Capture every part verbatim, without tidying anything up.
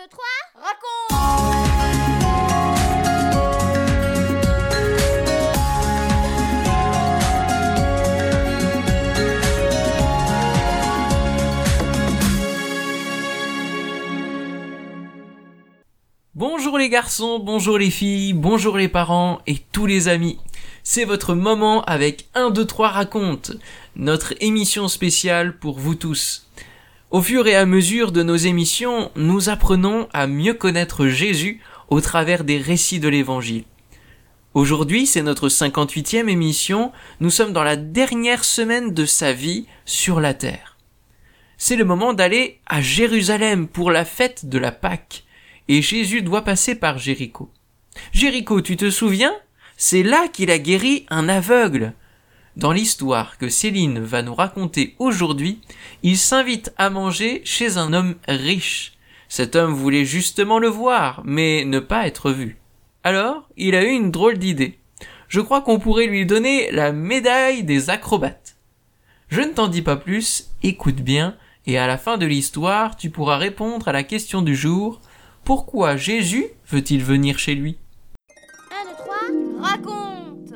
deux, trois, raconte! Bonjour les garçons, bonjour les filles, bonjour les parents et tous les amis. C'est votre moment avec un, deux, trois raconte, notre émission spéciale pour vous tous. Au fur et à mesure de nos émissions, nous apprenons à mieux connaître Jésus au travers des récits de l'Évangile. Aujourd'hui, c'est notre cinquante-huitième émission, nous sommes dans la dernière semaine de sa vie sur la terre. C'est le moment d'aller à Jérusalem pour la fête de la Pâque. Et Jésus doit passer par Jéricho. Jéricho, tu te souviens? C'est là qu'il a guéri un aveugle. Dans l'histoire que Céline va nous raconter aujourd'hui, il s'invite à manger chez un homme riche. Cet homme voulait justement le voir, mais ne pas être vu. Alors, il a eu une drôle d'idée. Je crois qu'on pourrait lui donner la médaille des acrobates. Je ne t'en dis pas plus, écoute bien, et à la fin de l'histoire, tu pourras répondre à la question du jour. Pourquoi Jésus veut-il venir chez lui? un, deux, trois, raconte!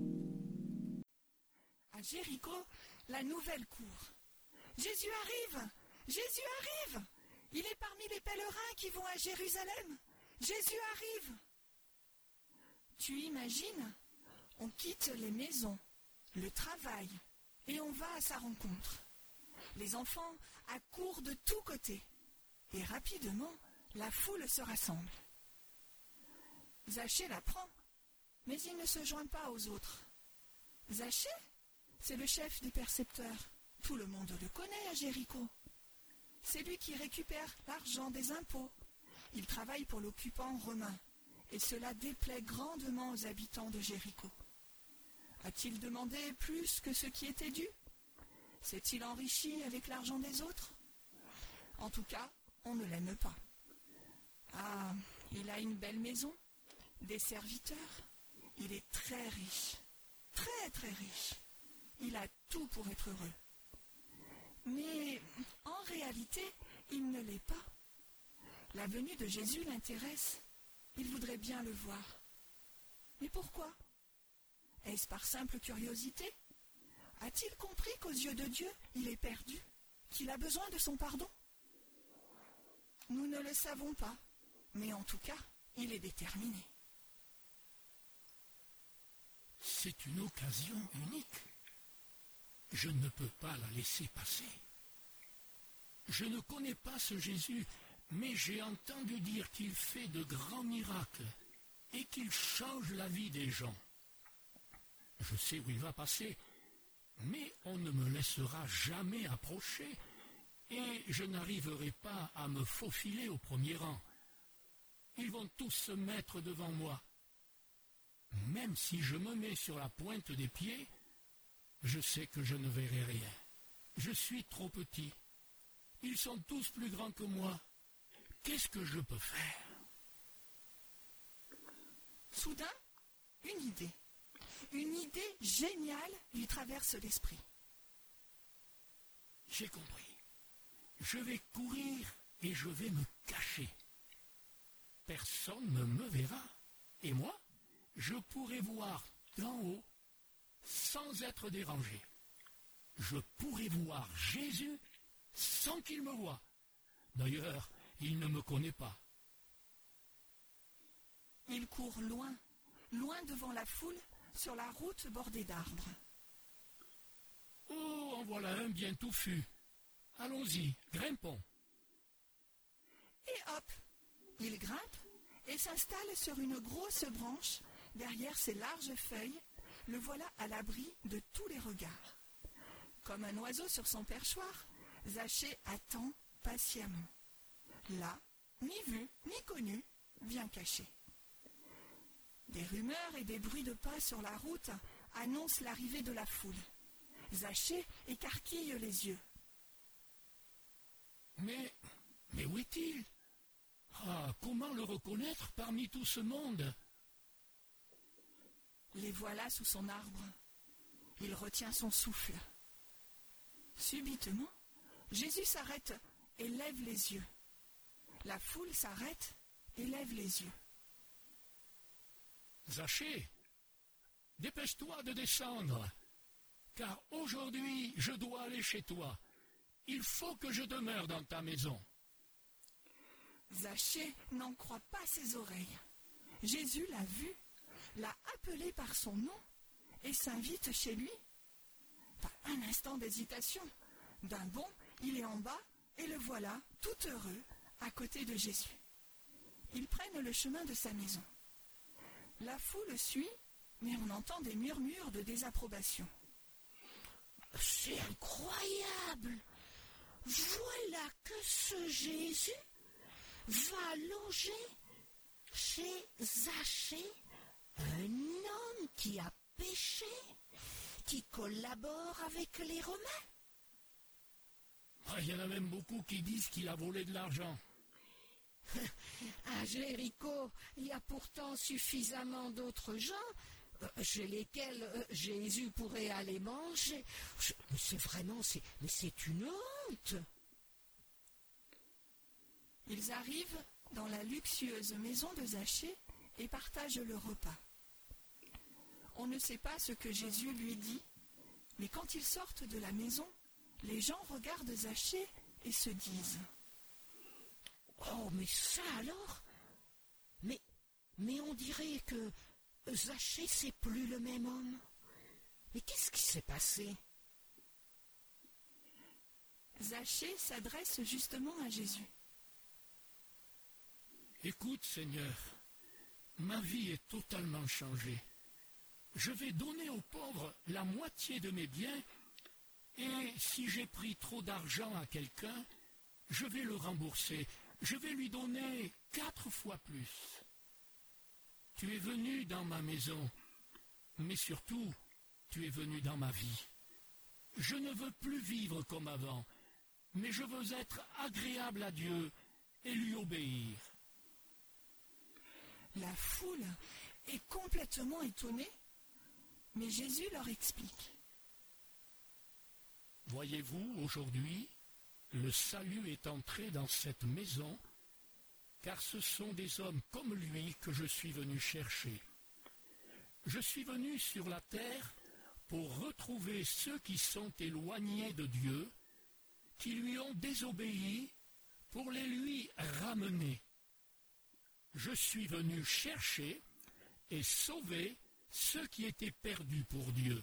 À Jéricho, la nouvelle cour. Jésus arrive! Jésus arrive! Il est parmi les pèlerins qui vont à Jérusalem. Jésus arrive! Tu imagines? On quitte les maisons, le travail, et on va à sa rencontre. Les enfants accourent de tous côtés. Et rapidement, la foule se rassemble. Zachée l'apprend, mais il ne se joint pas aux autres. Zachée, c'est le chef des percepteurs. Tout le monde le connaît à Jéricho. C'est lui qui récupère l'argent des impôts. Il travaille pour l'occupant romain, et cela déplaît grandement aux habitants de Jéricho. A-t-il demandé plus que ce qui était dû? S'est-il enrichi avec l'argent des autres? En tout cas, on ne l'aime pas. Ah, il a une belle maison, des serviteurs. Il est très riche, très très riche. Il a tout pour être heureux. Mais en réalité, il ne l'est pas. La venue de Jésus l'intéresse. Il voudrait bien le voir. Mais pourquoi? Est-ce par simple curiosité? A-t-il compris qu'aux yeux de Dieu, il est perdu, qu'il a besoin de son pardon? Nous ne le savons pas. Mais en tout cas, il est déterminé. C'est une occasion unique. Je ne peux pas la laisser passer. Je ne connais pas ce Jésus, mais j'ai entendu dire qu'il fait de grands miracles et qu'il change la vie des gens. Je sais où il va passer, mais on ne me laissera jamais approcher et je n'arriverai pas à me faufiler au premier rang. Ils vont tous se mettre devant moi. Même si je me mets sur la pointe des pieds, je sais que je ne verrai rien. Je suis trop petit. Ils sont tous plus grands que moi. Qu'est-ce que je peux faire? Soudain, une idée. Une idée géniale lui traverse l'esprit. J'ai compris. Je vais courir et je vais me cacher. Personne ne me verra. Et moi, je pourrai voir d'en haut sans être dérangé. Je pourrai voir Jésus sans qu'il me voie. D'ailleurs, il ne me connaît pas. Il court loin, loin devant la foule, sur la route bordée d'arbres. Oh, en voilà un bien touffu. Allons-y, grimpons. Et hop, il grimpe et s'installe sur une grosse branche, derrière ses larges feuilles, le voilà à l'abri de tous les regards. Comme un oiseau sur son perchoir, Zachée attend patiemment. Là, ni vu, ni connu, bien caché. Des rumeurs et des bruits de pas sur la route annoncent l'arrivée de la foule. Zachée écarquille les yeux. Mais, mais où est-il? Ah, comment le reconnaître parmi tout ce monde? Les voilà sous son arbre. Il retient son souffle. Subitement, Jésus s'arrête et lève les yeux. La foule s'arrête et lève les yeux. Zachée, dépêche-toi de descendre, car aujourd'hui je dois aller chez toi. Il faut que je demeure dans ta maison. Zachée n'en croit pas ses oreilles. Jésus l'a vu, l'a appelé par son nom et s'invite chez lui. Pas un instant d'hésitation. D'un bond, il est en bas et le voilà, tout heureux, à côté de Jésus. Ils prennent le chemin de sa maison. La foule suit, mais on entend des murmures de désapprobation. C'est incroyable! Voilà que ce Jésus va loger chez Zachée, un homme qui a péché, qui collabore avec les Romains. Ah, il y en a même beaucoup qui disent qu'il a volé de l'argent. À Jéricho, il y a pourtant suffisamment d'autres gens euh, chez lesquels euh, Jésus pourrait aller manger. Je- mais c'est vraiment, c'est, mais c'est une honte. Ils arrivent dans la luxueuse maison de Zachée et partagent le repas. On ne sait pas ce que Jésus lui dit, mais quand ils sortent de la maison, les gens regardent Zachée et se disent Oh, mais ça alors? Mais, mais on dirait que Zachée, c'est plus le même homme. Mais qu'est-ce qui s'est passé? Zachée s'adresse justement à Jésus. Écoute, Seigneur, ma vie est totalement changée. Je vais donner aux pauvres la moitié de mes biens, et si j'ai pris trop d'argent à quelqu'un, je vais le rembourser. Je vais lui donner quatre fois plus. Tu es venu dans ma maison, mais surtout, tu es venu dans ma vie. Je ne veux plus vivre comme avant, mais je veux être agréable à Dieu et lui obéir. La foule est complètement étonnée, mais Jésus leur explique. Voyez-vous, aujourd'hui, le salut est entré dans cette maison, car ce sont des hommes comme lui que je suis venu chercher. Je suis venu sur la terre pour retrouver ceux qui sont éloignés de Dieu, qui lui ont désobéi, pour les lui ramener. Je suis venu chercher et sauver ceux qui étaient perdus pour Dieu.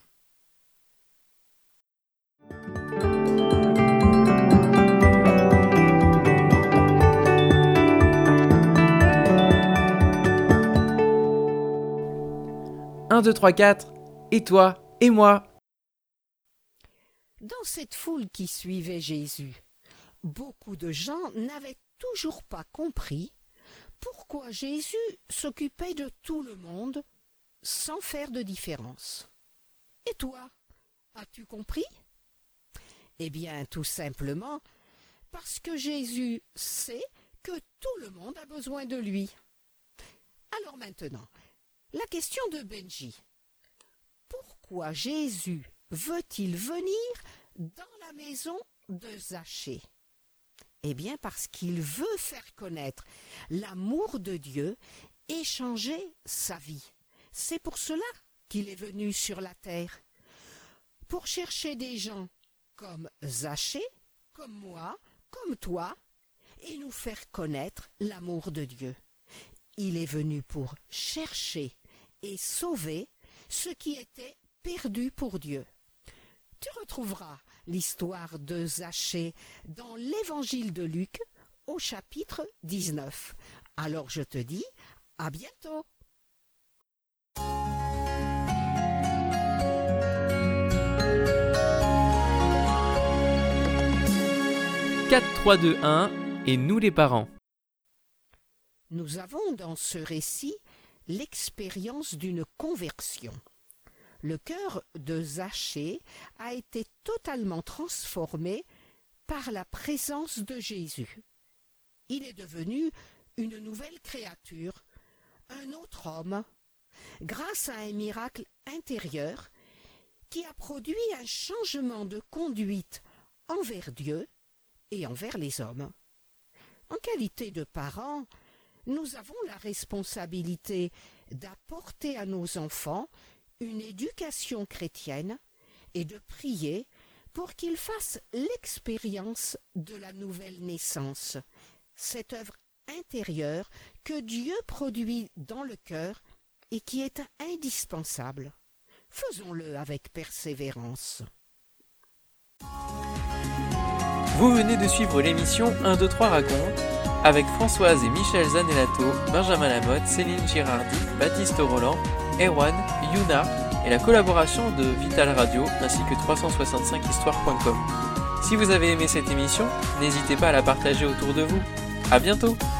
un, deux, trois, quatre, et toi, et moi. Dans cette foule qui suivait Jésus, beaucoup de gens n'avaient toujours pas compris pourquoi Jésus s'occupait de tout le monde sans faire de différence. Et toi, as-tu compris? Eh bien, tout simplement parce que Jésus sait que tout le monde a besoin de lui. Alors maintenant, la question de Benji. Pourquoi Jésus veut-il venir dans la maison de Zachée? Eh bien parce qu'il veut faire connaître l'amour de Dieu et changer sa vie. C'est pour cela qu'il est venu sur la terre. Pour chercher des gens comme Zachée, comme moi, comme toi, et nous faire connaître l'amour de Dieu. Il est venu pour chercher et sauver ceux qui étaient perdus pour Dieu. Tu retrouveras l'histoire de Zachée dans l'évangile de Luc au chapitre dix-neuf. Alors je te dis à bientôt. quatre, trois, deux, un, et nous les parents. Nous avons dans ce récit l'expérience d'une conversion. Le cœur de Zachée a été totalement transformé par la présence de Jésus. Il est devenu une nouvelle créature, un autre homme, grâce à un miracle intérieur qui a produit un changement de conduite envers Dieu et envers les hommes. En qualité de parents, nous avons la responsabilité d'apporter à nos enfants une éducation chrétienne et de prier pour qu'ils fassent l'expérience de la nouvelle naissance, cette œuvre intérieure que Dieu produit dans le cœur et qui est indispensable. Faisons-le avec persévérance. Vous venez de suivre l'émission un, deux, trois raconte avec Françoise et Michel Zanellato, Benjamin Lamotte, Céline Girardi, Baptiste Roland, Erwan, Yuna et la collaboration de Vital Radio ainsi que trois cent soixante-cinq histoire point com. Si vous avez aimé cette émission, n'hésitez pas à la partager autour de vous. À bientôt!